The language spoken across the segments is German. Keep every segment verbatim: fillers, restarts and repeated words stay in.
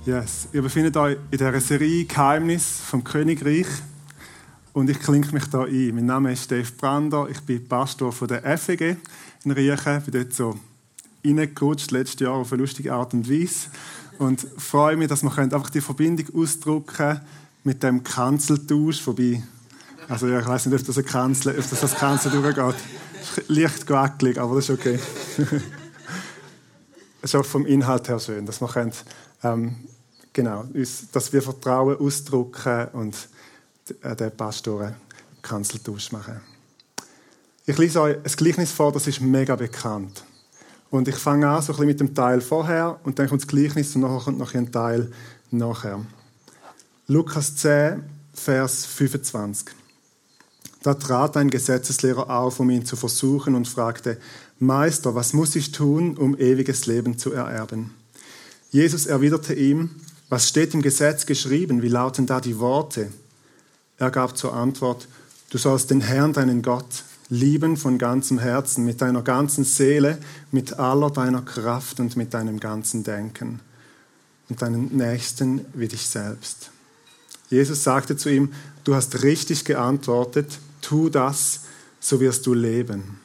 Yes, ihr befindet euch in dieser Serie Geheimnis vom Königreich und ich klinke mich da ein. Mein Name ist Stef Brander, ich bin Pastor von der F E G in Riechen, bin dort so reingerutscht, letztes Jahr auf eine lustige Art und Weise und freue mich, dass wir einfach die Verbindung ausdrücken mit dem Kanzeltausch, wobei, also ich weiß nicht, ob das, eine Kanzel, ob das als Kanzel durchgeht. Es ist leicht gewackelig, aber das ist okay. Es ist auch vom Inhalt her schön, dass wir können, ähm, genau, uns, dass wir Vertrauen ausdrücken und den Pastoren Kanzeltausch machen. Ich lese euch ein Gleichnis vor, das ist mega bekannt. Und ich fange an so ein bisschen mit dem Teil vorher und dann kommt das Gleichnis und nachher kommt noch ein Teil nachher. Lukas zehn, Vers fünfundzwanzig. Da trat ein Gesetzeslehrer auf, um ihn zu versuchen und fragte: Meister, was muss ich tun, um ewiges Leben zu ererben? Jesus erwiderte ihm: Was steht im Gesetz geschrieben? Wie lauten da die Worte? Er gab zur Antwort: Du sollst den Herrn, deinen Gott, lieben von ganzem Herzen, mit deiner ganzen Seele, mit aller deiner Kraft und mit deinem ganzen Denken und deinen Nächsten wie dich selbst. Jesus sagte zu ihm: Du hast richtig geantwortet, tu das, so wirst du leben.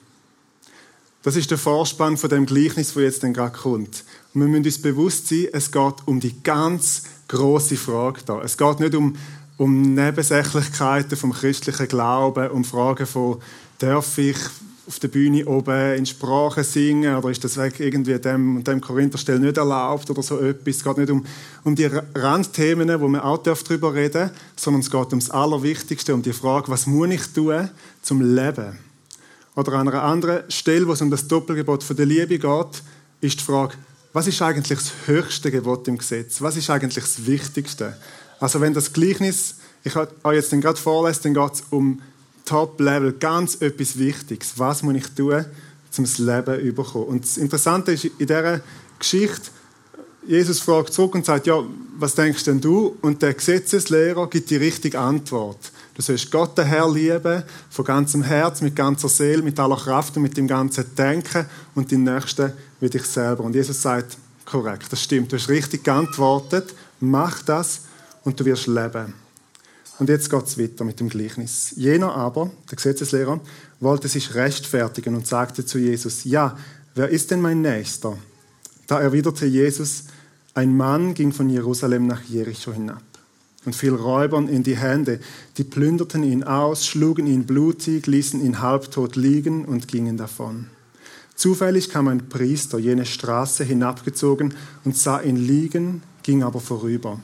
Das ist der Vorspann von dem Gleichnis, das jetzt gerade kommt. Und wir müssen uns bewusst sein, es geht um die ganz grosse Frage da. Es geht nicht um, um Nebensächlichkeiten vom christlichen Glauben, um Fragen von, darf ich auf der Bühne oben in Sprachen singen oder ist das wegen irgendwie dem und dem Korintherstelle nicht erlaubt oder so etwas. Es geht nicht um, um die Randthemen, wo man auch darüber reden darf, sondern es geht um das Allerwichtigste, um die Frage, was muss ich tun zum Leben? Oder an einer anderen Stelle, wo es um das Doppelgebot von der Liebe geht, ist die Frage, was ist eigentlich das höchste Gebot im Gesetz? Was ist eigentlich das Wichtigste? Also wenn das Gleichnis, ich euch jetzt gerade vorlese, dann geht es um Top-Level, ganz etwas Wichtiges. Was muss ich tun, um das Leben zu bekommen? Und das Interessante ist, in dieser Geschichte, Jesus fragt zurück und sagt: Ja, was denkst denn du? Und der Gesetzeslehrer gibt die richtige Antwort. Du sollst Gott, den Herrn, lieben, von ganzem Herz, mit ganzer Seele, mit aller Kraft und mit dem ganzen Denken und den Nächsten wie dich selber. Und Jesus sagt: Korrekt, das stimmt, du hast richtig geantwortet, mach das und du wirst leben. Und jetzt geht es weiter mit dem Gleichnis. Jener aber, der Gesetzeslehrer, wollte sich rechtfertigen und sagte zu Jesus: Ja, wer ist denn mein Nächster? Da erwiderte Jesus: Ein Mann ging von Jerusalem nach Jericho hinab und fiel Räubern in die Hände. Die plünderten ihn aus, schlugen ihn blutig, ließen ihn halbtot liegen und gingen davon. Zufällig kam ein Priester jene Straße hinabgezogen und sah ihn liegen, ging aber vorüber.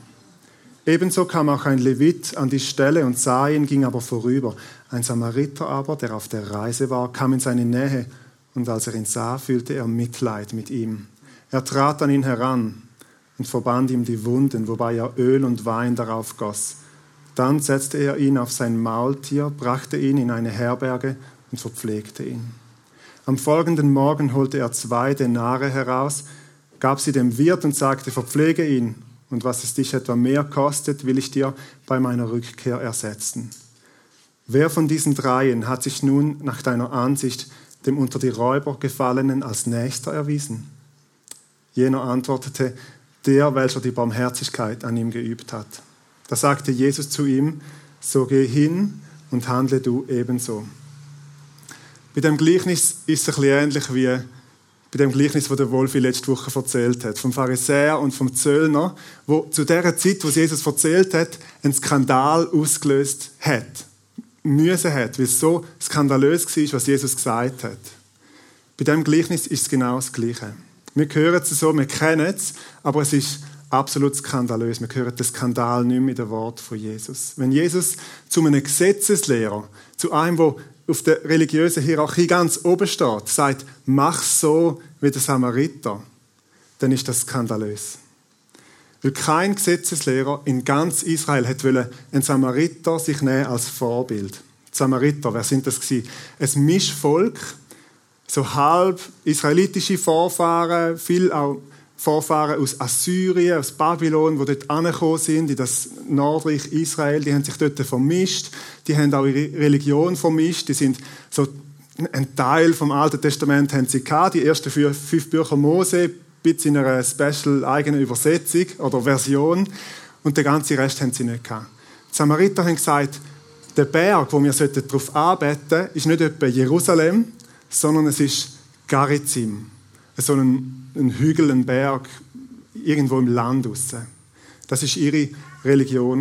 Ebenso kam auch ein Levit an die Stelle und sah ihn, ging aber vorüber. Ein Samariter aber, der auf der Reise war, kam in seine Nähe, und als er ihn sah, fühlte er Mitleid mit ihm. Er trat an ihn heran und verband ihm die Wunden, wobei er Öl und Wein darauf goss. Dann setzte er ihn auf sein Maultier, brachte ihn in eine Herberge und verpflegte ihn. Am folgenden Morgen holte er zwei Denare heraus, gab sie dem Wirt und sagte: Verpflege ihn, und was es dich etwa mehr kostet, will ich dir bei meiner Rückkehr ersetzen. Wer von diesen dreien hat sich nun nach deiner Ansicht dem unter die Räuber Gefallenen als Nächster erwiesen? Jener antwortete: Der, welcher die Barmherzigkeit an ihm geübt hat. Da sagte Jesus zu ihm: So geh hin und handle du ebenso. Bei dem Gleichnis ist es ein bisschen ähnlich wie bei dem Gleichnis, das der Wolfi letzte Woche erzählt hat, vom Pharisäer und vom Zöllner, wo zu der Zeit, wo Jesus erzählt hat, einen Skandal ausgelöst hat, müssen hat, weil es so skandalös war, was Jesus gesagt hat. Bei dem Gleichnis ist es genau das Gleiche. Wir hören es so, wir kennen es, aber es ist absolut skandalös. Wir hören den Skandal nicht mehr in den Worten von Jesus. Wenn Jesus zu einem Gesetzeslehrer, zu einem, der auf der religiösen Hierarchie ganz oben steht, sagt: Mach so wie der Samariter, dann ist das skandalös. Weil kein Gesetzeslehrer in ganz Israel hat wollen einen Samariter sich nehmen als Vorbild. Die Samariter, wer sind das gewesen? Ein Mischvolk, so halb israelitische Vorfahren, viel auch Vorfahren aus Assyrien, aus Babylon, die dort angekommen sind, in das Nordreich Israel, die haben sich dort vermischt, die haben auch ihre Religion vermischt, die sind so ein Teil vom Alten Testament haben sie gehabt, die ersten fünf Bücher Mose, bisschen in einer special eigenen Übersetzung oder Version und den ganzen Rest haben sie nicht gehabt. Die Samariter haben gesagt, der Berg, wo wir darauf anbeten sollten, ist nicht etwa Jerusalem, sondern es ist Garizim. So ein, ein Hügel, ein Berg, irgendwo im Land draussen. Das war ihre Religion.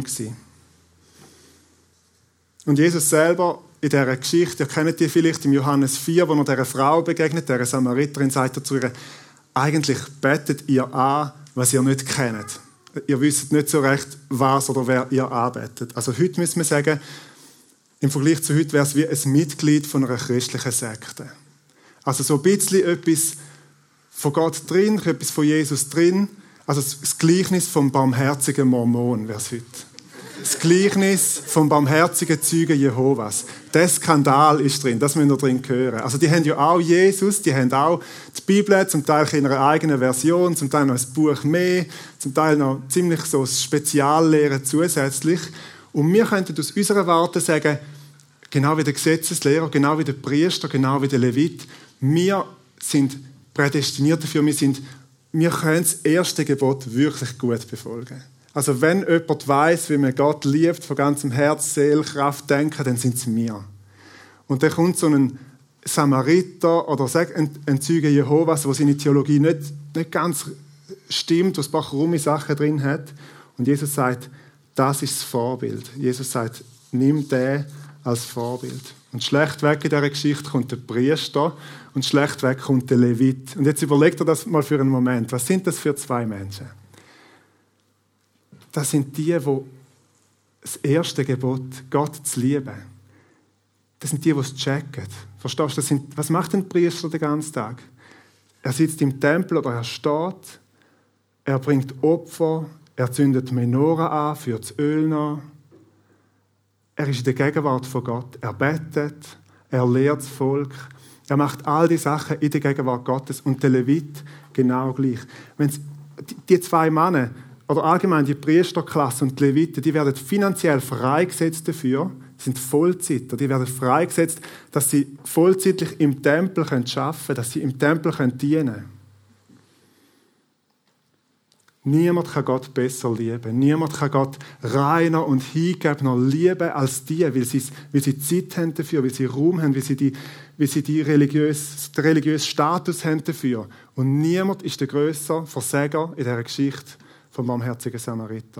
Und Jesus selber in dieser Geschichte, ihr kennt die vielleicht im Johannes vier, wo er dieser Frau begegnet, dieser Samariterin, sagt er zu ihr, eigentlich betet ihr an, was ihr nicht kennt. Ihr wisst nicht so recht, was oder wer ihr anbetet. Also heute müssen wir sagen, im Vergleich zu heute wäre es wie ein Mitglied von einer christlichen Sekte. Also so ein bisschen etwas von Gott drin, etwas von Jesus drin. Also das Gleichnis vom barmherzigen Mormon wäre es heute. Das Gleichnis vom barmherzigen Zeugen Jehovas. Der Skandal ist drin, das müssen wir drin hören. Also die haben ja auch Jesus, die haben auch die Bibel, zum Teil in einer eigenen Version, zum Teil noch ein Buch mehr, zum Teil noch ziemlich so Speziallehren zusätzlich. Und wir könnten aus unserer Warte sagen, genau wie der Gesetzeslehrer, genau wie der Priester, genau wie der Levit, wir sind prädestiniert dafür, wir, sind, wir können das erste Gebot wirklich gut befolgen. Also wenn jemand weiss, wie man Gott liebt, von ganzem Herz, Seele, Kraft, Denken, dann sind es wir. Und dann kommt so ein Samariter oder ein, ein Zeuge Jehovas, wo seine Theologie nicht, nicht ganz stimmt, wo es ein paar krumme Sachen drin hat. Und Jesus sagt, das ist das Vorbild. Jesus sagt, nimm den als Vorbild. Und schlechtweg in dieser Geschichte kommt der Priester und schlechtweg kommt der Levit. Und jetzt überlegt ihr das mal für einen Moment. Was sind das für zwei Menschen? Das sind die, die das erste Gebot, Gott zu lieben, das sind die, die es checken. Verstehst du? Das sind, was macht ein Priester den ganzen Tag? Er sitzt im Tempel oder er steht, er bringt Opfer, er zündet Menorah an, führt das Öl nach. Er ist in der Gegenwart von Gott. Er betet, er lehrt das Volk. Er macht all die Sachen in der Gegenwart Gottes. Und der Levit genau gleich. Wenn die zwei Männer, oder allgemein die Priesterklasse und die Leviten, die werden finanziell freigesetzt dafür, sind Vollzeiter, die werden freigesetzt, dass sie vollzeitlich im Tempel arbeiten können, dass sie im Tempel dienen können. Niemand kann Gott besser lieben. Niemand kann Gott reiner und hingegebener lieben als die, weil sie, weil sie Zeit haben dafür, weil sie Raum haben, weil sie, die, weil sie die religiös, den religiösen Status haben dafür. Und niemand ist der grösser Versager in dieser Geschichte vom barmherzigen Samariter.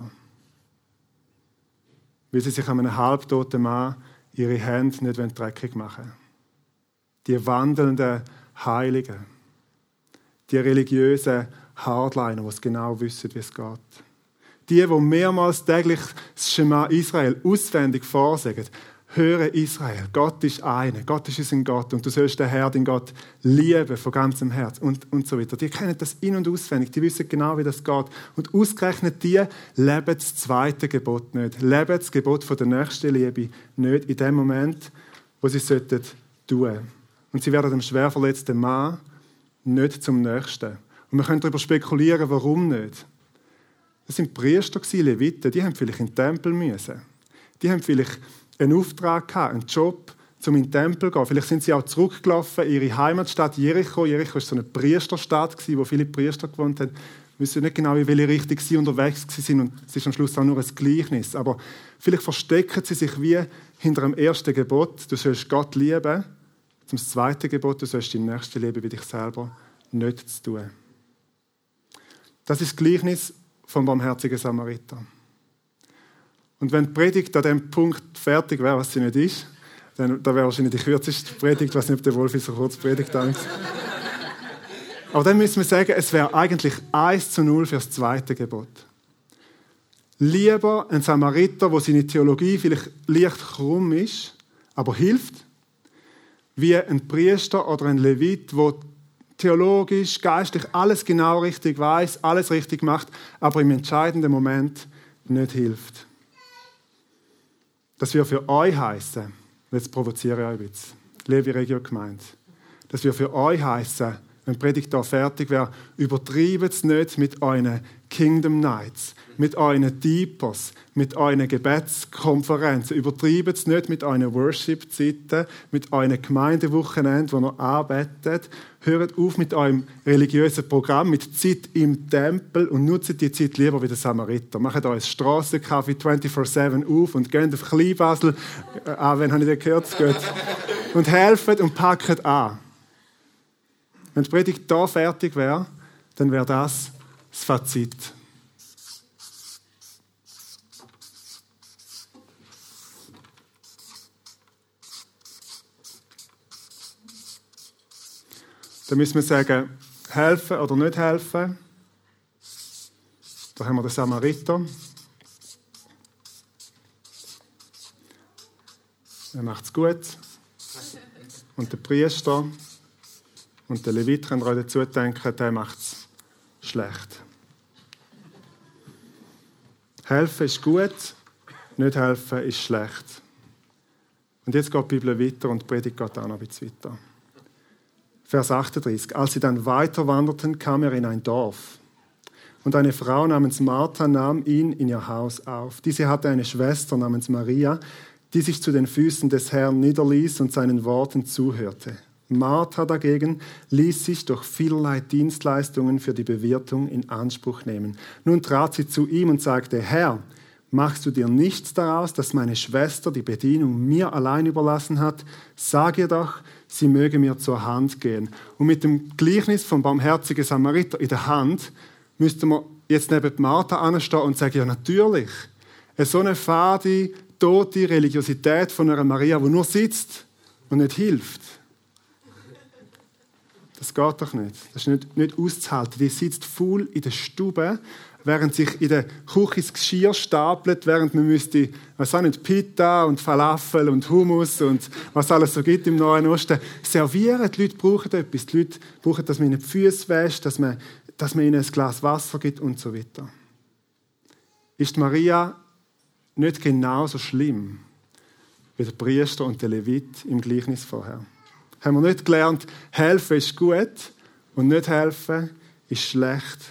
Weil sie sich an einem halbtoten Mann ihre Hände nicht dreckig machen wollen. Die wandelnden Heiligen. Die religiösen Hardliner, die es genau wissen, wie es geht. Die, die mehrmals täglich das Schema Israel auswendig vorsagen. Höre Israel, Gott ist einer, Gott ist unser Gott und du sollst den Herrn, den Gott, lieben von ganzem Herz und, und so weiter. Die kennen das in- und auswendig, die wissen genau, wie das geht. Und ausgerechnet die leben das zweite Gebot nicht, leben das Gebot von der Nächstenliebe nicht in dem Moment, wo sie es tun sollten. Und sie werden dem schwer verletzten Mann nicht zum Nächsten. Und wir können darüber spekulieren, warum nicht. Das sind Priester, Leviten, die haben vielleicht in den Tempel müssen. Die haben vielleicht einen Auftrag gehabt, einen Job, um in den Tempel zu gehen. Vielleicht sind sie auch zurückgelaufen in ihre Heimatstadt Jericho. Jericho war so eine Priesterstadt, wo viele Priester gewohnt haben. Wir wissen nicht genau, in welche Richtung sie unterwegs waren. Und es ist am Schluss auch nur ein Gleichnis. Aber vielleicht verstecken sie sich wie hinter dem ersten Gebot, du sollst Gott lieben, zum zweiten Gebot, du sollst deinen Nächsten lieben wie dich selber, nicht zu tun. Das ist das Gleichnis vom barmherzigen Samariter. Und wenn die Predigt an diesem Punkt fertig wäre, was sie nicht ist, dann da wäre wahrscheinlich die kürzeste Predigt, ich weiß nicht, ob der Wolf so kurz predigt hat. Aber dann müssen wir sagen, es wäre eigentlich eins zu null für das zweite Gebot. Lieber ein Samariter, wo seine Theologie vielleicht leicht krumm ist, aber hilft, wie ein Priester oder ein Levit, der theologisch, geistlich alles genau richtig weiß, alles richtig macht, aber im entscheidenden Moment nicht hilft. Das wird für euch heißen, jetzt provoziere ich euch ein bisschen, Levi Regio gemeint, das wird für euch heißen, wenn die Predigt da fertig wäre, übertreibt es nicht mit euren Kingdom Nights, mit euren Deepers, mit euren Gebetskonferenzen. Übertreibt es nicht mit euren Worship-Zeiten, mit euren Gemeindewochenenden, wo ihr arbeitet. Hört auf mit eurem religiösen Programm, mit Zeit im Tempel und nutzt die Zeit lieber wie der Samariter. Macht euch Strassenkaffee vierundzwanzig sieben auf und geht auf Kleinbasel. Ah, wenn habe ich das gehört? Geht. Und helft und packt an. Wenn die Predigt hier fertig wäre, dann wäre das das Fazit. Dann müssen wir sagen, helfen oder nicht helfen. Da haben wir den Samariter. Er macht es gut. Und der Priester und der Levit können auch dazu denken, der macht es schlecht. Helfen ist gut, nicht helfen ist schlecht. Und jetzt geht die Bibel weiter und die Predigt geht auch noch ein bisschen weiter. Vers achtunddreißig. Als sie dann weiter wanderten, kam er in ein Dorf. Und eine Frau namens Martha nahm ihn in ihr Haus auf. Diese hatte eine Schwester namens Maria, die sich zu den Füßen des Herrn niederließ und seinen Worten zuhörte. Martha dagegen ließ sich durch vielerlei Dienstleistungen für die Bewirtung in Anspruch nehmen. Nun trat sie zu ihm und sagte, Herr, machst du dir nichts daraus, dass meine Schwester die Bedienung mir allein überlassen hat? Sag ihr doch, sie möge mir zur Hand gehen. Und mit dem Gleichnis vom barmherzigen Samariter in der Hand müssten wir jetzt neben Martha anstehen und sagen, ja natürlich, so eine fade, tote Religiosität von einer Maria, die nur sitzt und nicht hilft. Das geht doch nicht. Das ist nicht, nicht auszuhalten. Die sitzt faul in der Stube, während sich in der Küche das Geschirr stapelt, während man müsste, was auch nicht, Pita und Falafel und Hummus und was alles so gibt im Nahen Osten, servieren. Die Leute brauchen etwas. Die Leute brauchen, dass man ihnen die Füße wäscht, dass man, dass man ihnen ein Glas Wasser gibt und so weiter. Ist Maria nicht genauso schlimm wie der Priester und der Levit im Gleichnis vorher? Haben wir nicht gelernt, helfen ist gut und nicht helfen ist schlecht.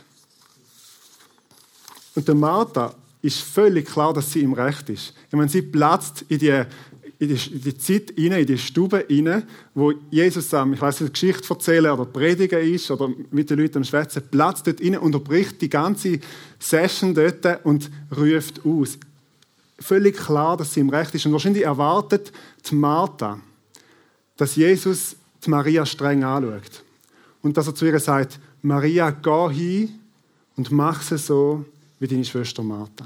Und der Martha ist völlig klar, dass sie im Recht ist. Ich meine, sie platzt in die, in die, in die Zeit rein, in die Stube rein, wo Jesus am, ich weiss nicht, Geschichte erzählen oder predigen ist oder mit den Leuten am Schwätzen, platzt dort rein, unterbricht die ganze Session dort und ruft aus. Völlig klar, dass sie im Recht ist. Und wahrscheinlich erwartet die Martha, dass Jesus die Maria streng anschaut. Und dass er zu ihr sagt, Maria, geh hin und mach es so wie deine Schwester Martha.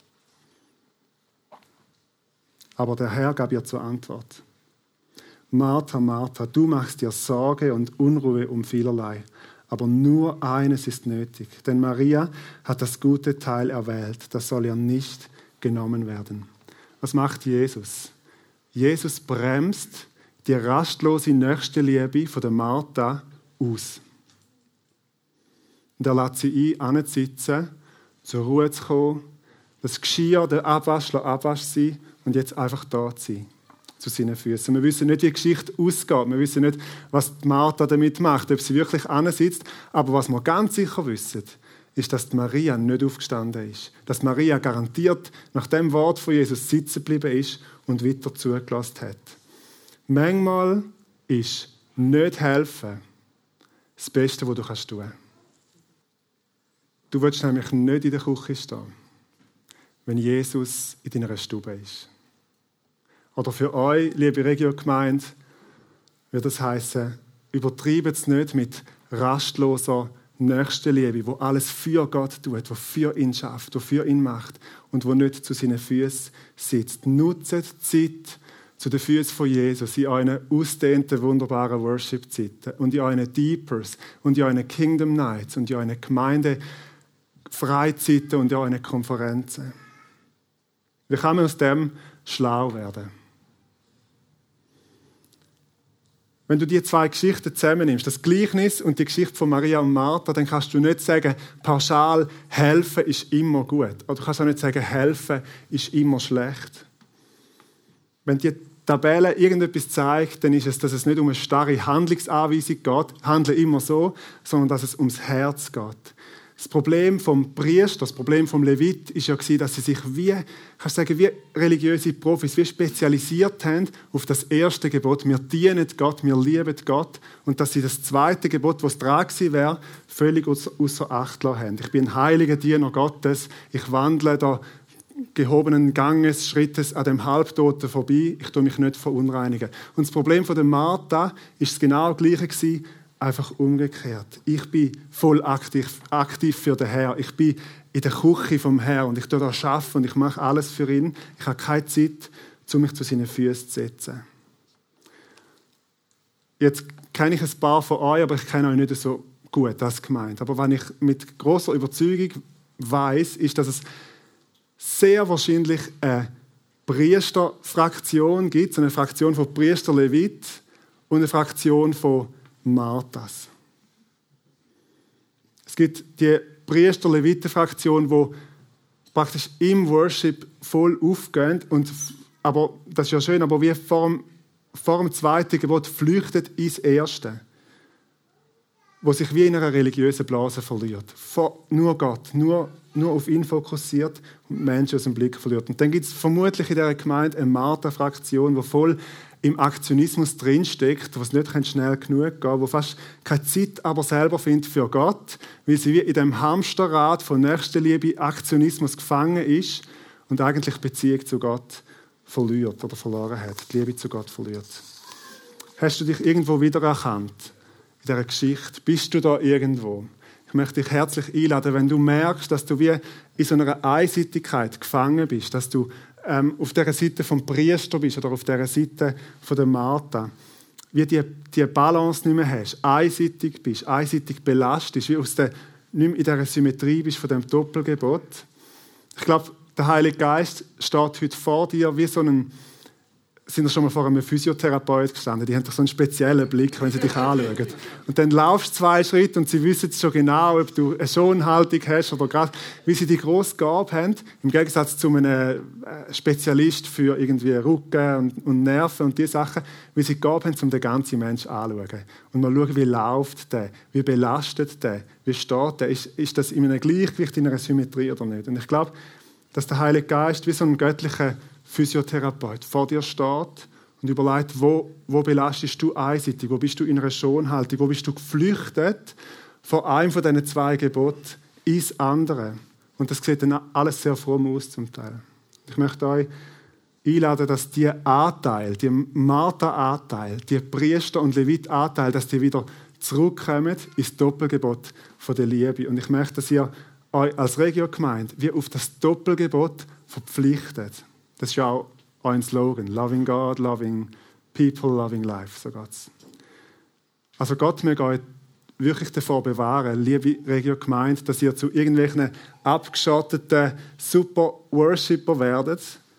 Aber der Herr gab ihr zur Antwort. Martha, Martha, du machst dir Sorge und Unruhe um vielerlei. Aber nur eines ist nötig. Denn Maria hat das gute Teil erwählt. Das soll ihr nicht genommen werden. Was macht Jesus? Jesus bremst die rastlose Nächstenliebe von der Martha aus. Und er lässt sie ein, hinsitzen, zur Ruhe zu kommen, das Geschirr, der Abwasch, Abwasch sein und jetzt einfach da zu sein, zu seinen Füßen. Wir wissen nicht, wie die Geschichte ausgeht. Wir wissen nicht, was die Martha damit macht, ob sie wirklich ansitzt. Aber was wir ganz sicher wissen, ist, dass die Maria nicht aufgestanden ist. Dass Maria garantiert nach dem Wort von Jesus sitzen geblieben ist und weiter zugelassen hat. Manchmal ist nicht helfen das Beste, was du kannst tun. Du willst nämlich nicht in der Küche stehen, wenn Jesus in deiner Stube ist. Oder für euch, liebe Regio-Gemeinde, wird das heißen, übertreibt es nicht mit rastloser Nächstenliebe, wo alles für Gott tut, wo für ihn schafft, wo für ihn macht und wo nicht zu seinen Füßen sitzt. Nutzt die Zeit zu den Füßen von Jesus in euren ausdehnten, wunderbaren Worship-Zeiten und in euren Deepers und in euren Kingdom Nights und in euren Gemeinde-Freizeiten und in euren Konferenzen. Wie kann man aus dem schlau werden? Wenn du die zwei Geschichten zusammennimmst, das Gleichnis und die Geschichte von Maria und Martha, dann kannst du nicht sagen, pauschal, helfen ist immer gut. Oder du kannst auch nicht sagen, helfen ist immer schlecht. Wenn die Tabelle irgendetwas zeigt, dann ist es, dass es nicht um eine starre Handlungsanweisung geht, handle immer so, sondern dass es ums Herz geht. Das Problem vom Priester, das Problem vom Levit, ist ja gewesen, dass sie sich wie, kannst du sagen, wie religiöse Profis, wie spezialisiert haben auf das erste Gebot. Wir dienen Gott, wir lieben Gott. Und dass sie das zweite Gebot, was dran gewesen wäre, völlig außer Acht gelassen haben. Ich bin ein heiliger Diener Gottes. Ich wandle da gehobenen Ganges, Schrittes an dem Halbtoten vorbei. Ich tue mich nicht verunreinigen. Und das Problem von der Martha ist genau das Gleiche gewesen, einfach umgekehrt. Ich bin voll aktiv, aktiv für den Herrn. Ich bin in der Küche vom Herrn und ich tue da arbeiten und ich mache alles für ihn. Ich habe keine Zeit, um mich zu seinen Füßen zu setzen. Jetzt kenne ich ein paar von euch, aber ich kenne euch nicht so gut, das gemeint. Aber was ich mit großer Überzeugung weiß, ist, dass es sehr wahrscheinlich eine Priesterfraktion gibt, so eine Fraktion von Priester-Levit und eine Fraktion von Marthas. Es gibt die Priester-Leviten-Fraktion, die praktisch im Worship voll aufgehen. Und, aber, das ist ja schön, aber wie vor dem, vor dem zweiten Gebot flüchtet ins erste, wo sich wie in einer religiösen Blase verliert. Vor, nur Gott, nur, nur auf ihn fokussiert und Menschen aus dem Blick verliert. Und dann gibt es vermutlich in dieser Gemeinde eine Martha-Fraktion, die voll im Aktionismus drinsteckt, was nicht schnell genug geht, wo fast keine Zeit aber selber findet für Gott, weil sie wie in dem Hamsterrad von Nächstenliebe, Aktionismus gefangen ist und eigentlich Beziehung zu Gott verliert oder verloren hat, die Liebe zu Gott verliert. Hast du dich irgendwo wiedererkannt in dieser Geschichte? Bist du da irgendwo? Ich möchte dich herzlich einladen, wenn du merkst, dass du wie in so einer Einseitigkeit gefangen bist, dass du ähm, auf dieser Seite vom Priester bist oder auf dieser Seite von der Martha, wie die, die Balance nicht mehr hast, einseitig bist, einseitig belastest, wie aus der, nicht mehr in dieser Symmetrie bist von dem Doppelgebot. Ich glaube, der Heilige Geist steht heute vor dir wie so ein, sind wir schon mal vor einem Physiotherapeut gestanden, die haben doch so einen speziellen Blick, wenn sie dich anschauen. Und dann laufst du zwei Schritte und sie wissen schon genau, ob du eine Schonhaltung hast oder gerade, wie sie die grosse Gabe haben, im Gegensatz zu einem Spezialist für irgendwie Rücken und, und Nerven und diese Sachen, wie sie die Gabe haben, um den ganzen Menschen anzuschauen. Und mal schauen, wie läuft der, wie belastet der, wie steht der, ist, ist das in einem Gleichgewicht, in einer Symmetrie oder nicht. Und ich glaube, dass der Heilige Geist wie so ein göttlicher Physiotherapeut vor dir steht und überlegt, wo, wo belastest du einseitig, wo bist du in einer Schonhaltung, wo bist du geflüchtet von einem von diesen zwei Geboten ins andere. Und das sieht dann alles sehr fromm aus zum Teil. Ich möchte euch einladen, dass die Anteil, die Martha-Anteil, die Priester- und Levit-Anteil, dass die wieder zurückkommen ins Doppelgebot von der Liebe. Und ich möchte, dass ihr euch als Regio-Gemeinde wie auf das Doppelgebot verpflichtet. Das ist ja auch ein Slogan. Loving God, loving people, loving life. So geht's. Also Gott möge euch wirklich davor bewahren, liebe Regio-Gemeinde, dass ihr zu irgendwelchen abgeschotteten Super-Worshipper werdet,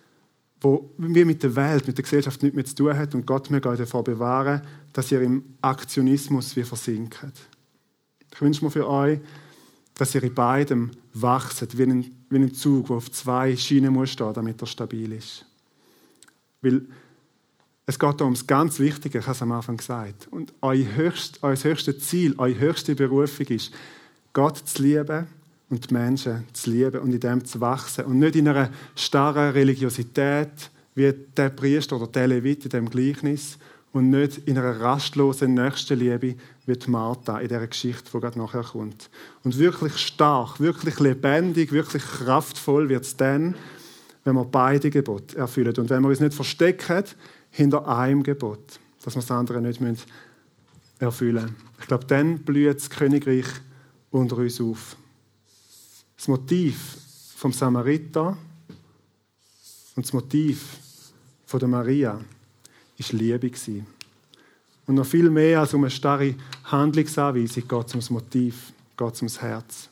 wo wir mit der Welt, mit der Gesellschaft nichts mehr zu tun haben. Und Gott möge euch davor bewahren, dass ihr im Aktionismus wie versinkt. Ich wünsche mir für euch, dass ihr in beidem wachset, wie ein, wie ein Zug, der auf zwei Schienen muss stehen, damit er stabil ist. Weil es geht da ums ganz Wichtige, ich habe es am Anfang gesagt. Und euer, höchst, euer höchstes Ziel, eure höchste Berufung ist, Gott zu lieben und die Menschen zu lieben und in dem zu wachsen. Und nicht in einer starren Religiosität, wie der Priester oder der Levit in dem Gleichnis, und nicht in einer rastlosen Nächstenliebe wie die Martha in dieser Geschichte, die gerade nachher kommt. Und wirklich stark, wirklich lebendig, wirklich kraftvoll wird es dann, wenn wir beide Gebote erfüllen. Und wenn wir uns nicht verstecken hinter einem Gebot, dass wir das andere nicht erfüllen müssen. Ich glaube, dann blüht das Königreich unter uns auf. Das Motiv vom Samariter und das Motiv von der Maria ist Liebe gewesen. Und noch viel mehr als um eine starre Handlungsanweisung geht es ums Motiv, geht es ums Herz.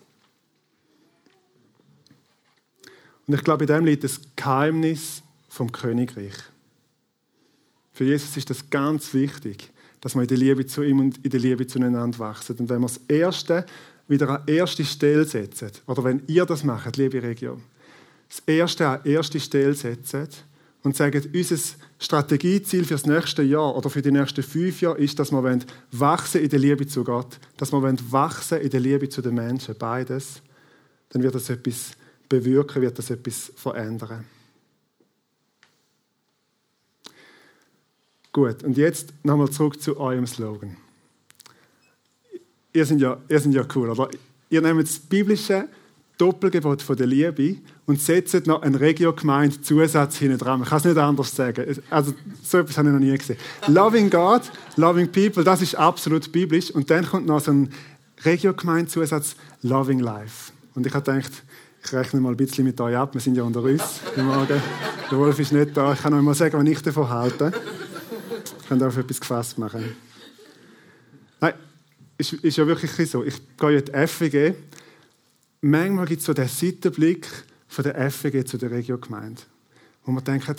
Und ich glaube, in dem liegt das Geheimnis vom Königreich. Für Jesus ist das ganz wichtig, dass wir in der Liebe zu ihm und in der Liebe zueinander wachsen. Und wenn wir das Erste wieder an erste Stelle setzen, oder wenn ihr das macht, liebe Region, das Erste an erste Stelle setzen und sagen, unser Strategieziel für das nächste Jahr oder für die nächsten fünf Jahre ist, dass wir wachsen in der Liebe zu Gott, dass wir wachsen in der Liebe zu den Menschen, beides, dann wird das etwas bewirken, wird das etwas verändern. Gut, und jetzt nochmal zurück zu eurem Slogan. Ihr seid ja, ihr seid ja cool, oder? Ihr nehmt das biblische Doppelgebot von der Liebe und setzt noch einen Regio-Gemeinde-Zusatz hinten dran. Ich kann es nicht anders sagen. Also, so etwas habe ich noch nie gesehen. Loving God, loving people, das ist absolut biblisch. Und dann kommt noch so ein Regio-Gemeinde-Zusatz, loving life. Und ich habe gedacht, ich rechne mal ein bisschen mit euch ab. Wir sind ja unter uns heute Morgen. Der Wolf ist nicht da. Ich kann euch mal sagen, was ich davon halte. Ich kann auf etwas gefasst machen. Nein, ist, ist ja wirklich so. Ich gehe in die F W G. Manchmal gibt es so den Seitenblick von der F W G zu der Regio-Gemeinde, wo man denkt,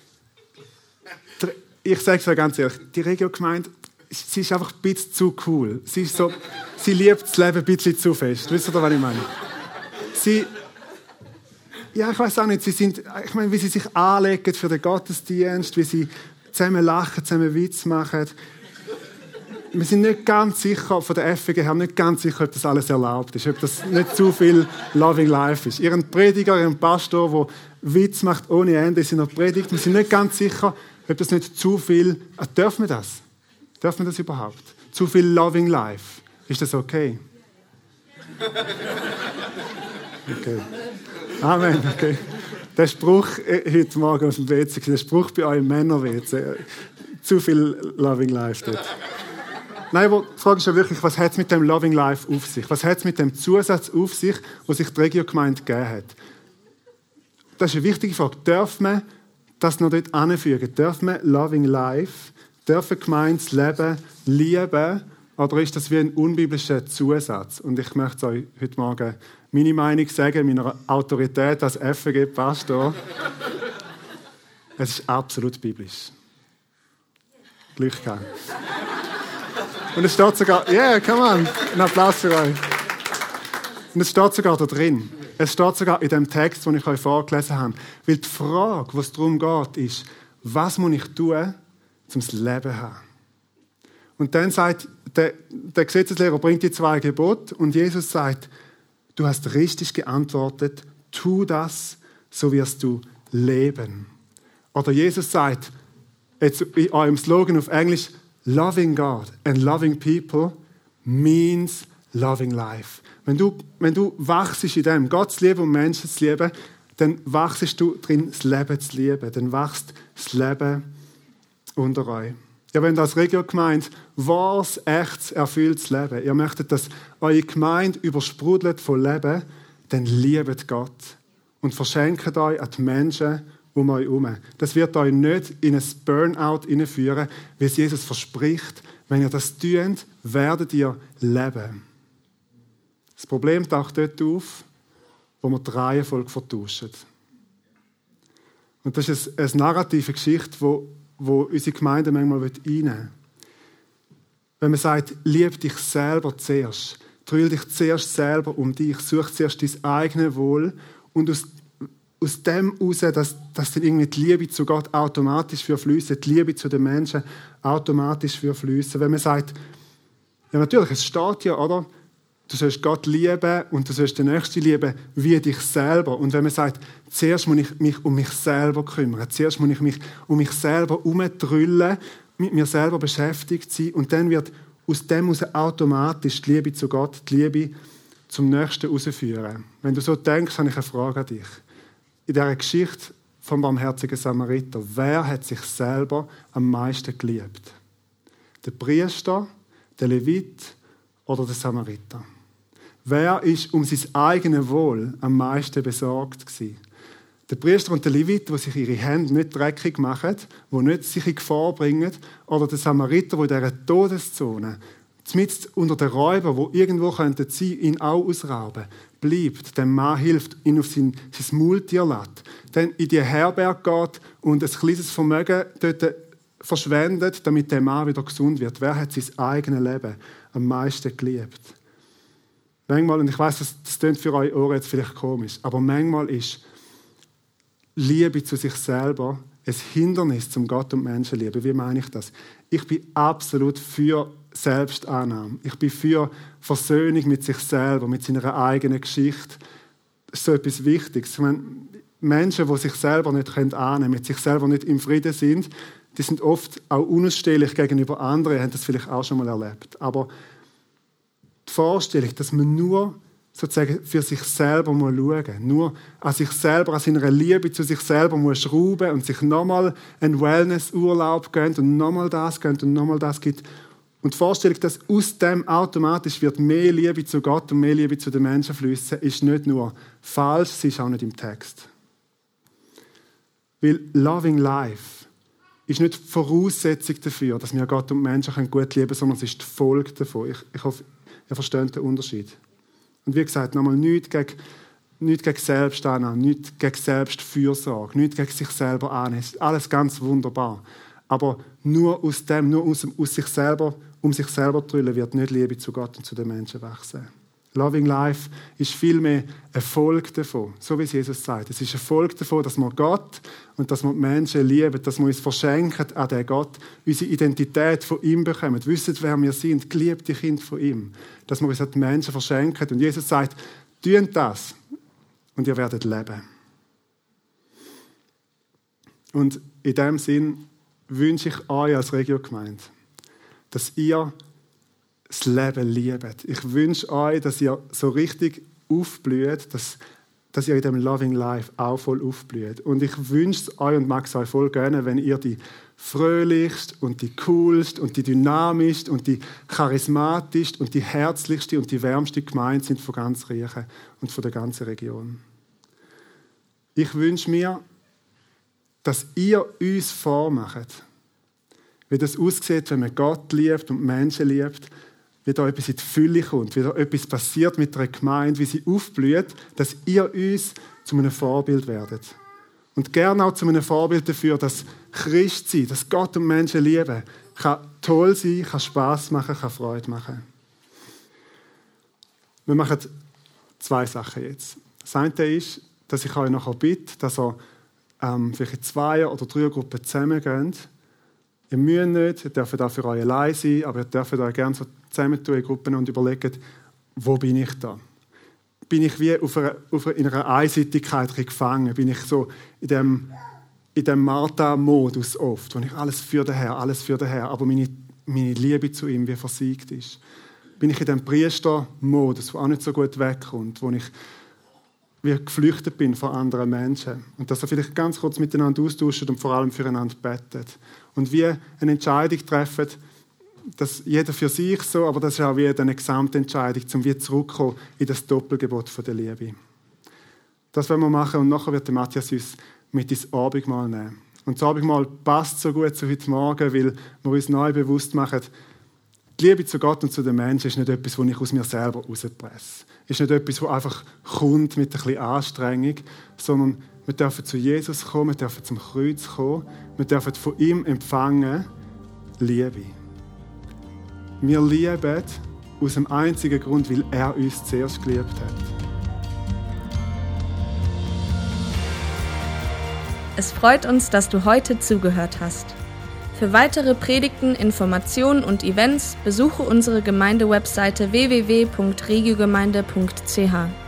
ich sage es euch ganz ehrlich, die Regio-Gemeinde, sie ist einfach ein bisschen zu cool. Sie, ist so, sie liebt das Leben ein bisschen zu fest. Wisst ihr, was ich meine? Sie, ja, ich weiß auch nicht, sie sind, ich meine, wie sie sich anlegen für den Gottesdienst, wie sie zusammen lachen, zusammen Witz machen. Wir sind nicht ganz sicher, von der F W G haben nicht ganz sicher, ob das alles erlaubt ist, ob das nicht zu viel Loving Life ist. Ihren Prediger, ihren Pastor, der Witz macht ohne Ende in seiner Predigt, wir sind nicht ganz sicher, ob das nicht zu viel... Ah, dürfen wir das? Dürfen wir das überhaupt? Zu viel Loving Life. Ist das okay? Okay. Amen, okay. Der Spruch heute Morgen aus dem W C, der Spruch bei euch Männer-W C. Zu viel Loving Life dort. Nein, aber die Frage ist ja wirklich, was hat es mit dem Loving Life auf sich? Was hat es mit dem Zusatz auf sich, den sich die Regio-Gemeinde gegeben hat? Das ist eine wichtige Frage. Darf man das noch dort anfügen? Darf man Loving Life, darf eine Gemeinde das Leben lieben, oder ist das wie ein unbiblischer Zusatz? Und ich möchte euch heute Morgen meine Meinung sagen, meiner Autorität als F W G-Pastor. Es ist absolut biblisch. Glück gehabt. Und es steht sogar, yeah, come on, ein Applaus für euch. Und es steht sogar da drin. Es steht sogar in dem Text, den ich euch vorgelesen habe. Weil die Frage, was darum geht, ist, was muss ich tun, um das Leben zu haben? Und dann sagt, der, der Gesetzeslehrer bringt die zwei Gebote und Jesus sagt, du hast richtig geantwortet, tu das, so wirst du leben. Oder Jesus sagt, jetzt in eurem Slogan auf Englisch, loving God and loving people means loving life. Wenn du, wenn du wachst in dem, Gott zu lieben und Menschen zu lieben, dann wachst du drin, das Leben zu lieben. Dann wächst das Leben unter euch. Ja, wenn das Regio-Gemeinde wahres, echtes, erfülltes Leben, ihr möchtet, dass eure Gemeinde übersprudelt von Leben, dann liebt Gott und verschenkt euch an die Menschen um euch herum. Das wird euch nicht in ein Burnout hineinführen, wie es Jesus verspricht. Wenn ihr das tut, werdet ihr leben. Das Problem taucht dort auf, wo wir die Reihenfolge vertauschen. Und das ist eine narrative Geschichte, wo, wo unsere Gemeinde manchmal reinnehmen will. Wenn man sagt, lieb dich selber zuerst, drüll dich zuerst selber um dich, such zuerst dein eigenes Wohl und aus Aus dem heraus, dass, dass dann irgendwie die Liebe zu Gott automatisch fließt, die Liebe zu den Menschen automatisch fließt. Wenn man sagt, ja natürlich, es steht ja, oder? Du sollst Gott lieben und du sollst den Nächsten lieben wie dich selber. Und wenn man sagt, zuerst muss ich mich um mich selber kümmern, zuerst muss ich mich um mich selber herumdrüllen, mit mir selber beschäftigt sein und dann wird aus dem heraus automatisch die Liebe zu Gott, die Liebe zum Nächsten herausführen. Wenn du so denkst, habe ich eine Frage an dich. In dieser Geschichte vom barmherzigen Samariter, wer hat sich selber am meisten geliebt? Der Priester, der Levit oder der Samariter? Wer ist um sein eigenes Wohl am meisten besorgt gewesen? Der Priester und der Levit, die sich ihre Hände nicht dreckig machen, die nicht sich in Gefahr bringen, oder der Samariter, der in dieser Todeszone, mitten unter den Räubern, die irgendwo sein könnten, ihn auch ausrauben, bleibt, dem Mann hilft, ihn auf sein, sein Maultier lässt, dann in die Herberge geht und ein kleines Vermögen dort verschwendet, damit der Mann wieder gesund wird. Wer hat sein eigenes Leben am meisten geliebt? Manchmal, und ich weiss, das, das klingt für eure Ohren jetzt vielleicht komisch, aber manchmal ist Liebe zu sich selber ein Hindernis zum Gott und Menschen lieben. Wie meine ich das? Ich bin absolut für Selbstannahme. Ich bin für Versöhnung mit sich selber, mit seiner eigenen Geschichte. Das ist so etwas Wichtiges. Ich meine, Menschen, die sich selber nicht annehmen können, mit sich selber nicht im Frieden sind, die sind oft auch unausstehlich gegenüber anderen, haben das vielleicht auch schon mal erlebt. Aber die Vorstellung, dass man nur sozusagen für sich selber muss schauen muss, nur an sich selber, an seiner Liebe zu sich selber muss schrauben und sich nochmal einen Wellnessurlaub gönnt und nochmal das gönnt und nochmal das gibt. Und die Vorstellung, dass aus dem automatisch wird mehr Liebe zu Gott und mehr Liebe zu den Menschen fließen, ist nicht nur falsch, sie ist auch nicht im Text. Weil Loving Life ist nicht die Voraussetzung dafür, dass wir Gott und Menschen gut lieben können, sondern es ist die Folge davon. Ich, ich hoffe, ihr versteht den Unterschied. Und wie gesagt, nochmal nichts gegen, nichts gegen Selbstannahme, nichts gegen Selbstfürsorge, nichts gegen sich selber annehmen. Es ist alles ganz wunderbar. Aber nur aus dem, nur aus, aus sich selber, um sich selber zu trüllen, wird nicht Liebe zu Gott und zu den Menschen wachsen. Loving Life ist vielmehr ein Folge davon, so wie es Jesus sagt. Es ist ein Folge davon, dass wir Gott und dass wir die Menschen lieben, dass wir uns verschenken an den Gott, unsere Identität von ihm bekommen, wissen, wer wir sind, geliebte Kinder von ihm. Dass wir uns an die Menschen verschenken. Und Jesus sagt, tut das und ihr werdet leben. Und in diesem Sinn wünsche ich euch als Regio-Gemeinde, dass ihr das Leben liebt. Ich wünsche euch, dass ihr so richtig aufblüht, dass, dass ihr in dem Loving Life auch voll aufblüht. Und ich wünsche es euch und mag es euch voll gönnen, wenn ihr die fröhlichste und die coolste und die dynamischste und die charismatischste und die herzlichste und die wärmste Gemeinde sind von ganz Riechen und von der ganzen Region. Ich wünsche mir, dass ihr uns vormacht, wie das aussieht, wenn man Gott liebt und Menschen liebt, wie da etwas in die Fülle kommt, wie da etwas passiert mit der Gemeinde, wie sie aufblüht, dass ihr uns zu einem Vorbild werdet. Und gerne auch zu einem Vorbild dafür, dass Christ sein, dass Gott und Menschen lieben, kann toll sein, kann Spass machen, kann Freude machen. Wir machen zwei Sachen jetzt. Das eine ist, dass ich euch nachher bitte, dass ihr ähm, vielleicht in zwei oder drei Gruppen zusammengeht. Ihr müsst nicht, ihr dürft auch für euch allein sein, aber ihr dürft euch gerne so zusammentun in Gruppen und überlegt, wo bin ich da? Bin ich wie auf einer, auf einer, in einer Einseitigkeit gefangen? Bin ich so in dem, in dem Martha-Modus oft, wo ich alles für den Herrn, alles für den Herrn, aber meine, meine Liebe zu ihm wie versiegt ist? Bin ich in dem Priester-Modus, der auch nicht so gut wegkommt, wo ich wie geflüchtet bin von anderen Menschen? Und dass ihr vielleicht ganz kurz miteinander austauscht und vor allem füreinander betet. Und wie eine Entscheidung treffen, dass jeder für sich so, aber das ist auch wie eine Gesamtentscheidung, um wieder zurückzukommen in das Doppelgebot von der Liebe. Das wollen wir machen und nachher wird der Matthias uns mit ins Abendmahl nehmen. Und das Abendmahl passt so gut zu heute Morgen, weil wir uns neu bewusst machen, die Liebe zu Gott und zu den Menschen ist nicht etwas, das ich aus mir selber rauspresse. Ist nicht etwas, das einfach kommt mit ein bisschen Anstrengung, sondern wir dürfen zu Jesus kommen, wir dürfen zum Kreuz kommen, wir dürfen von ihm empfangen Liebe. Wir lieben aus dem einzigen Grund, weil er uns zuerst geliebt hat. Es freut uns, dass du heute zugehört hast. Für weitere Predigten, Informationen und Events besuche unsere Gemeindewebseite w w w punkt regiogemeinde punkt c h.